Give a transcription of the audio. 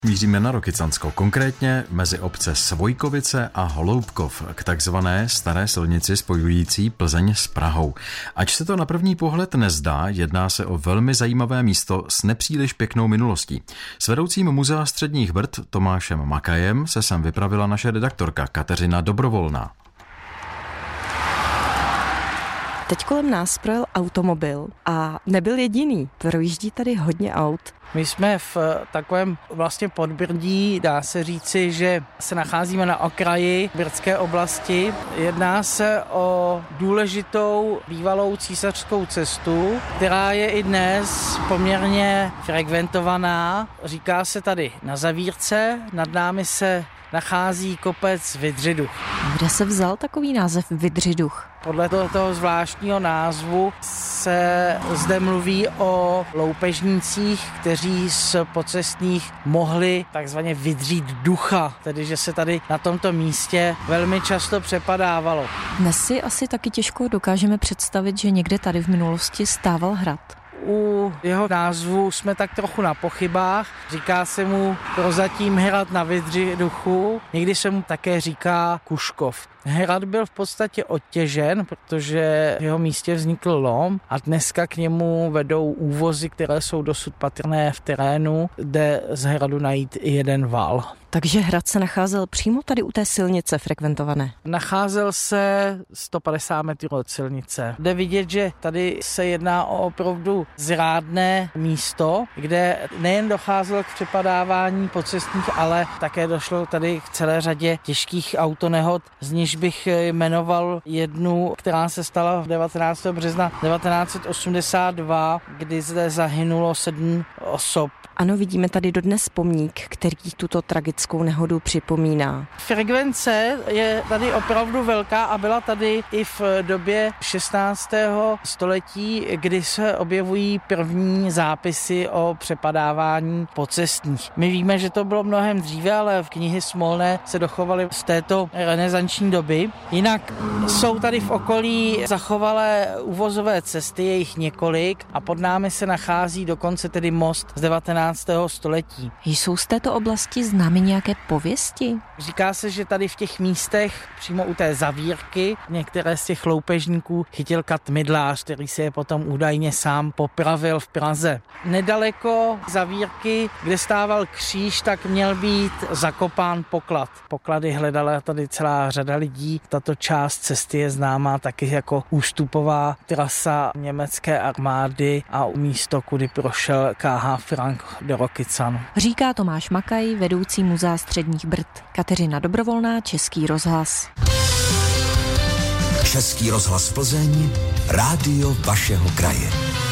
Míříme na Rokycansko, konkrétně mezi obce Svojkovice a Holoubkov k takzvané staré silnici spojující Plzeň s Prahou. Ač se to na první pohled nezdá, jedná se o velmi zajímavé místo s nepříliš pěknou minulostí. S vedoucím Muzea středních Brd Tomášem Makajem se sem vypravila naše redaktorka Kateřina Dobrovolná. Teď kolem nás projel automobil a nebyl jediný. Projíždí tady hodně aut. My jsme v takovém vlastně podbrdí, dá se říci, že se nacházíme na okraji brdské oblasti. Jedná se o důležitou bývalou císařskou cestu, která je i dnes poměrně frekventovaná. Říká se tady Na Zavírce, nad námi se nachází kopec Vydřiduch. Kde se vzal takový název Vydřiduch? Podle toho zvláštního názvu se zde mluví o loupežnících, kteří z pocestných mohli takzvaně vydřít ducha, tedy že se tady na tomto místě velmi často přepadávalo. Dnes si asi taky těžko dokážeme představit, že někde tady v minulosti stával hrad. U jeho názvu jsme tak trochu na pochybách. Říká se mu prozatím hrad na Vydřiduchu, někdy se mu také říká Kuškov. Hrad byl v podstatě odtěžen, protože v jeho místě vznikl lom a dneska k němu vedou úvozy, které jsou dosud patrné v terénu, jde z hradu najít i jeden val. Takže hrad se nacházel přímo tady u té silnice frekventované? Nacházel se 150 metrů od silnice. Jde vidět, že tady se jedná o opravdu zrádné místo, kde nejen docházelo k přepadávání pocestních, ale také došlo tady k celé řadě těžkých autonehod, z níž bych jmenoval jednu, která se stala 19. března 1982, kdy zde zahynulo 7 osob. Ano, vidíme tady dodnes pomník, který tuto tragickou nehodu připomíná. Frekvence je tady opravdu velká a byla tady i v době 16. století, kdy se objevují první zápisy o přepadávání pocestních. My víme, že to bylo mnohem dříve, ale v knihy Smolné se dochovaly z této renesanční doby. Jinak jsou tady v okolí zachovalé uvozové cesty, je jich několik a pod námi se nachází dokonce tedy most z 19. století. Jsou z této oblasti známy nějaké pověsti? Říká se, že tady v těch místech, přímo u té Zavírky, některé z těch loupežníků chytil kat Mydlář, který se je potom údajně sám popravil v Praze. Nedaleko Zavírky, kde stával kříž, tak měl být zakopán poklad. Poklady hledala tady celá řada lidí. Tato část cesty je známá taky jako ústupová trasa německé armády a místo, kudy prošel K.H. Frank do Rokycan. Říká Tomáš Makaj, vedoucí Muzea středních Brd. Kateřina Dobrovolná, Český rozhlas. Český rozhlas Plzeň, rádio vašeho kraje.